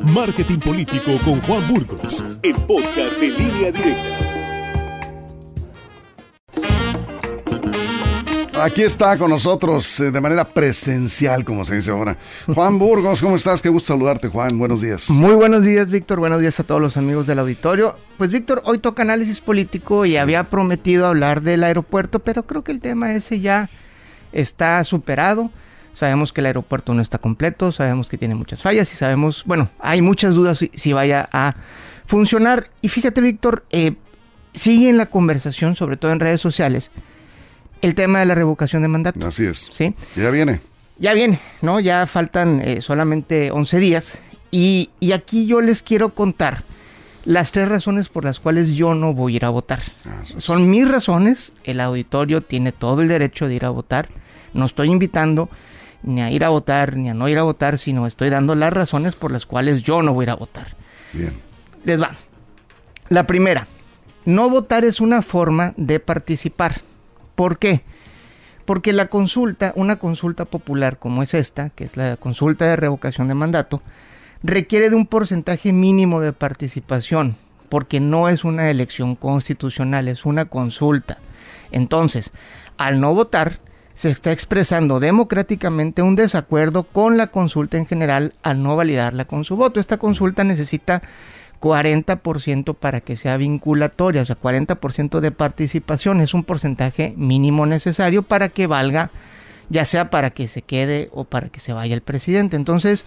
Marketing Político con Juan Burgos, el podcast de Línea Directa. Aquí está con nosotros de manera presencial, como se dice ahora. Juan Burgos, ¿cómo estás? Qué gusto saludarte, Juan. Buenos días. Muy buenos días, Víctor. Buenos días a todos los amigos del auditorio. Pues, Víctor, hoy toca análisis político y había prometido hablar del aeropuerto, pero creo que el tema ese ya está superado. Sabemos que el aeropuerto no está completo, sabemos que tiene muchas fallas y sabemos, bueno, hay muchas dudas si vaya a funcionar. Y fíjate, Víctor, sigue en la conversación, sobre todo en redes sociales, el tema de la revocación de mandato. Así es. ¿Sí? Ya viene, ¿no? Ya faltan solamente 11 días. Y aquí yo les quiero contar las 3 razones por las cuales yo no voy a ir a votar. Son mis razones, el auditorio tiene todo el derecho de ir a votar. No estoy invitando ni a ir a votar, ni a no ir a votar, sino estoy dando las razones por las cuales yo no voy a ir a votar. Bien. Les va. La primera, no votar es una forma de participar. ¿Por qué? Porque una consulta popular como es esta, que es la consulta de revocación de mandato, requiere de un porcentaje mínimo de participación, porque no es una elección constitucional, es una consulta. Entonces, al no votar, se está expresando democráticamente un desacuerdo con la consulta en general al no validarla con su voto. Esta consulta necesita 40% para que sea vinculatoria, o sea, 40% de participación es un porcentaje mínimo necesario para que valga, ya sea para que se quede o para que se vaya el presidente. Entonces,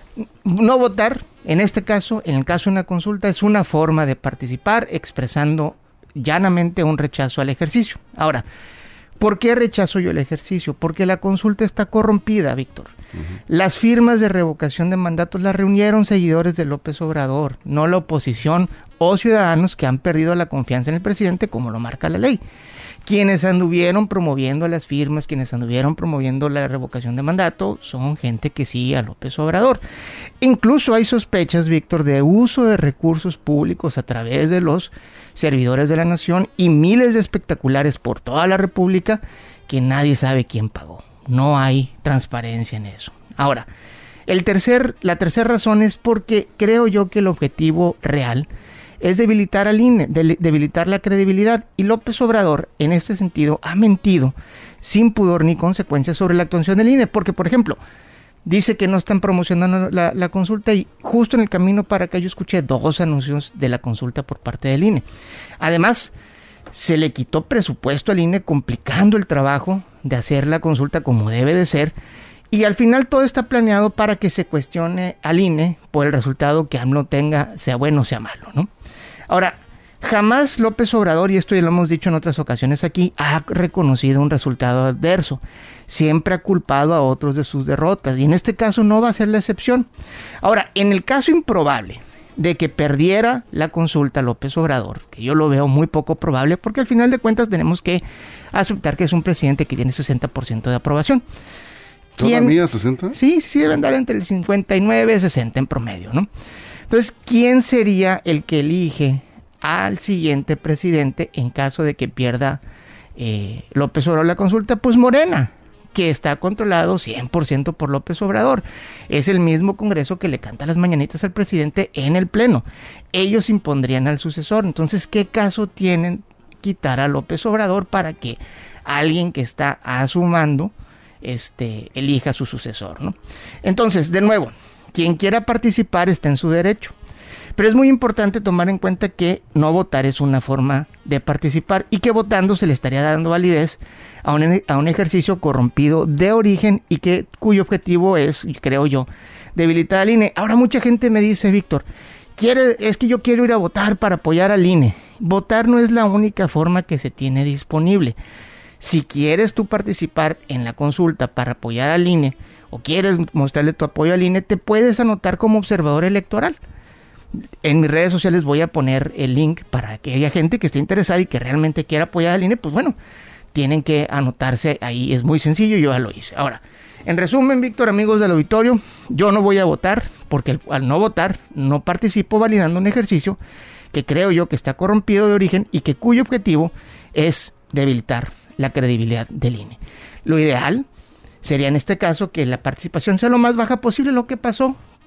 no votar, en este caso, en el caso de una consulta, es una forma de participar expresando llanamente un rechazo al ejercicio. Ahora, ¿por qué rechazo yo el ejercicio? Porque la consulta está corrompida, Víctor. Las firmas de revocación de mandatos las reunieron seguidores de López Obrador, no la oposición o ciudadanos que han perdido la confianza en el presidente, como lo marca la ley. Quienes anduvieron promoviendo las firmas, quienes anduvieron promoviendo la revocación de mandato, son gente que sigue a López Obrador. Incluso hay sospechas, Víctor, de uso de recursos públicos a través de los servidores de la nación y miles de espectaculares por toda la República que nadie sabe quién pagó. No hay transparencia en eso. Ahora, la tercera razón es porque creo yo que el objetivo real es debilitar al INE, debilitar la credibilidad, y López Obrador en este sentido ha mentido sin pudor ni consecuencias sobre la actuación del INE, porque por ejemplo dice que no están promocionando la consulta y justo en el camino para acá yo escuché 2 anuncios de la consulta por parte del INE. Además, se le quitó presupuesto al INE, complicando el trabajo de hacer la consulta como debe de ser, y al final todo está planeado para que se cuestione al INE por el resultado que AMLO tenga, sea bueno o sea malo, ¿no? Ahora, jamás López Obrador, y esto ya lo hemos dicho en otras ocasiones aquí, ha reconocido un resultado adverso. Siempre ha culpado a otros de sus derrotas, y en este caso no va a ser la excepción. Ahora, en el caso improbable de que perdiera la consulta López Obrador, que yo lo veo muy poco probable, porque al final de cuentas tenemos que aceptar que es un presidente que tiene 60% de aprobación. ¿Todavía 60? Sí, debe andar entre el 59 y 60 en promedio, ¿no? Entonces, ¿quién sería el que elige al siguiente presidente en caso de que pierda López Obrador la consulta? Pues Morena, que está controlado 100% por López Obrador. Es el mismo Congreso que le canta las mañanitas al presidente en el Pleno. Ellos impondrían al sucesor. Entonces, ¿qué caso tienen quitar a López Obrador para que alguien que está a su mando elija su sucesor, ¿no? Entonces, de nuevo, quien quiera participar está en su derecho, pero es muy importante tomar en cuenta que no votar es una forma de participar y que votando se le estaría dando validez a un ejercicio corrompido de origen y cuyo objetivo es, creo yo, debilitar al INE. Ahora mucha gente me dice, Víctor, es que yo quiero ir a votar para apoyar al INE. Votar no es la única forma que se tiene disponible. Si quieres tú participar en la consulta para apoyar al INE o quieres mostrarle tu apoyo al INE, te puedes anotar como observador electoral. En mis redes sociales voy a poner el link para que haya gente que esté interesada y que realmente quiera apoyar al INE, pues bueno, tienen que anotarse ahí, es muy sencillo, yo ya lo hice. Ahora, en resumen, Víctor, amigos del auditorio, yo no voy a votar porque al no votar no participo validando un ejercicio que creo yo que está corrompido de origen y cuyo objetivo es debilitar la credibilidad del INE. Lo ideal sería en este caso que la participación sea lo más baja posible. Lo que pasó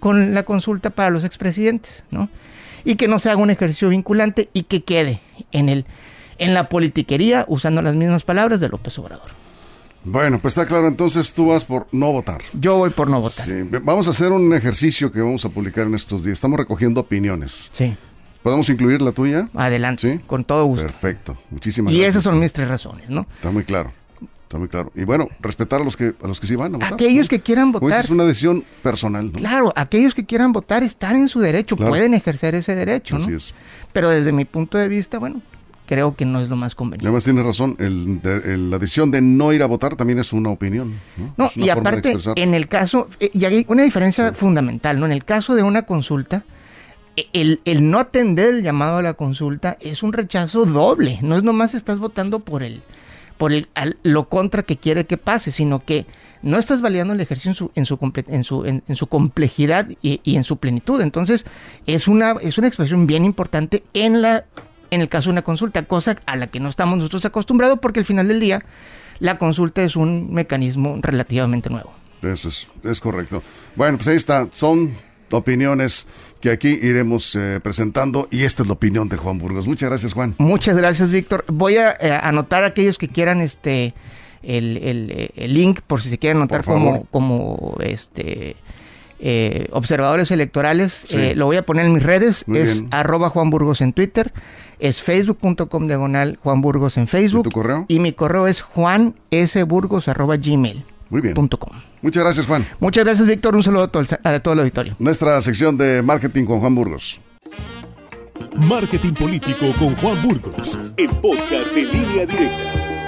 con la consulta para los expresidentes, ¿no? Y que no se haga un ejercicio vinculante y que quede en la politiquería, usando las mismas palabras de López Obrador. Bueno, pues está claro, entonces tú vas por no votar. Yo voy por no votar. Sí, vamos a hacer un ejercicio que vamos a publicar en estos días. Estamos recogiendo opiniones. Sí. ¿Podemos incluir la tuya? Adelante, ¿Sí? con todo gusto. Perfecto, muchísimas Y gracias. esas son mis 3 razones, ¿no? Está muy claro. Y bueno, respetar a los que sí van a votar. Aquellos que quieran Pues votar. es una decisión personal, ¿no? Claro, aquellos que quieran votar están en su derecho, Claro. pueden ejercer ese derecho, ¿no? Así es. Pero desde mi punto de vista, bueno, creo que no es lo más Y conveniente. además tienes razón, la decisión de no ir a votar también es una opinión, ¿no? No, Es una y forma de aparte, expresarte. en el caso, y hay una diferencia fundamental, ¿no? En el caso de una consulta, el no atender el llamado a la consulta es un rechazo doble. No es nomás estás votando por lo contra que quiere que pase, sino que no estás validando el ejercicio en su complejidad y en su plenitud. Entonces, es una expresión bien importante en el caso de una consulta, cosa a la que no estamos nosotros acostumbrados, porque al final del día la consulta es un mecanismo relativamente nuevo. Eso es correcto. Bueno, pues ahí está, son opiniones que aquí iremos presentando, y esta es la opinión de Juan Burgos. Muchas gracias, Juan. Muchas gracias, Víctor. Voy a anotar a aquellos que quieran el link, por si se quieren anotar como observadores electorales. Sí. Lo voy a poner en mis redes. Muy es bien. @JuanBurgos en Twitter, es facebook.com/Juan Burgos en Facebook. ¿Y tu correo? Y mi correo es juansburgos@gmail.com. Muy bien. Muchas gracias, Juan. Muchas gracias, Víctor. Un saludo a todo el auditorio. Nuestra sección de marketing con Juan Burgos. Marketing político con Juan Burgos, el podcast de Línea Directa.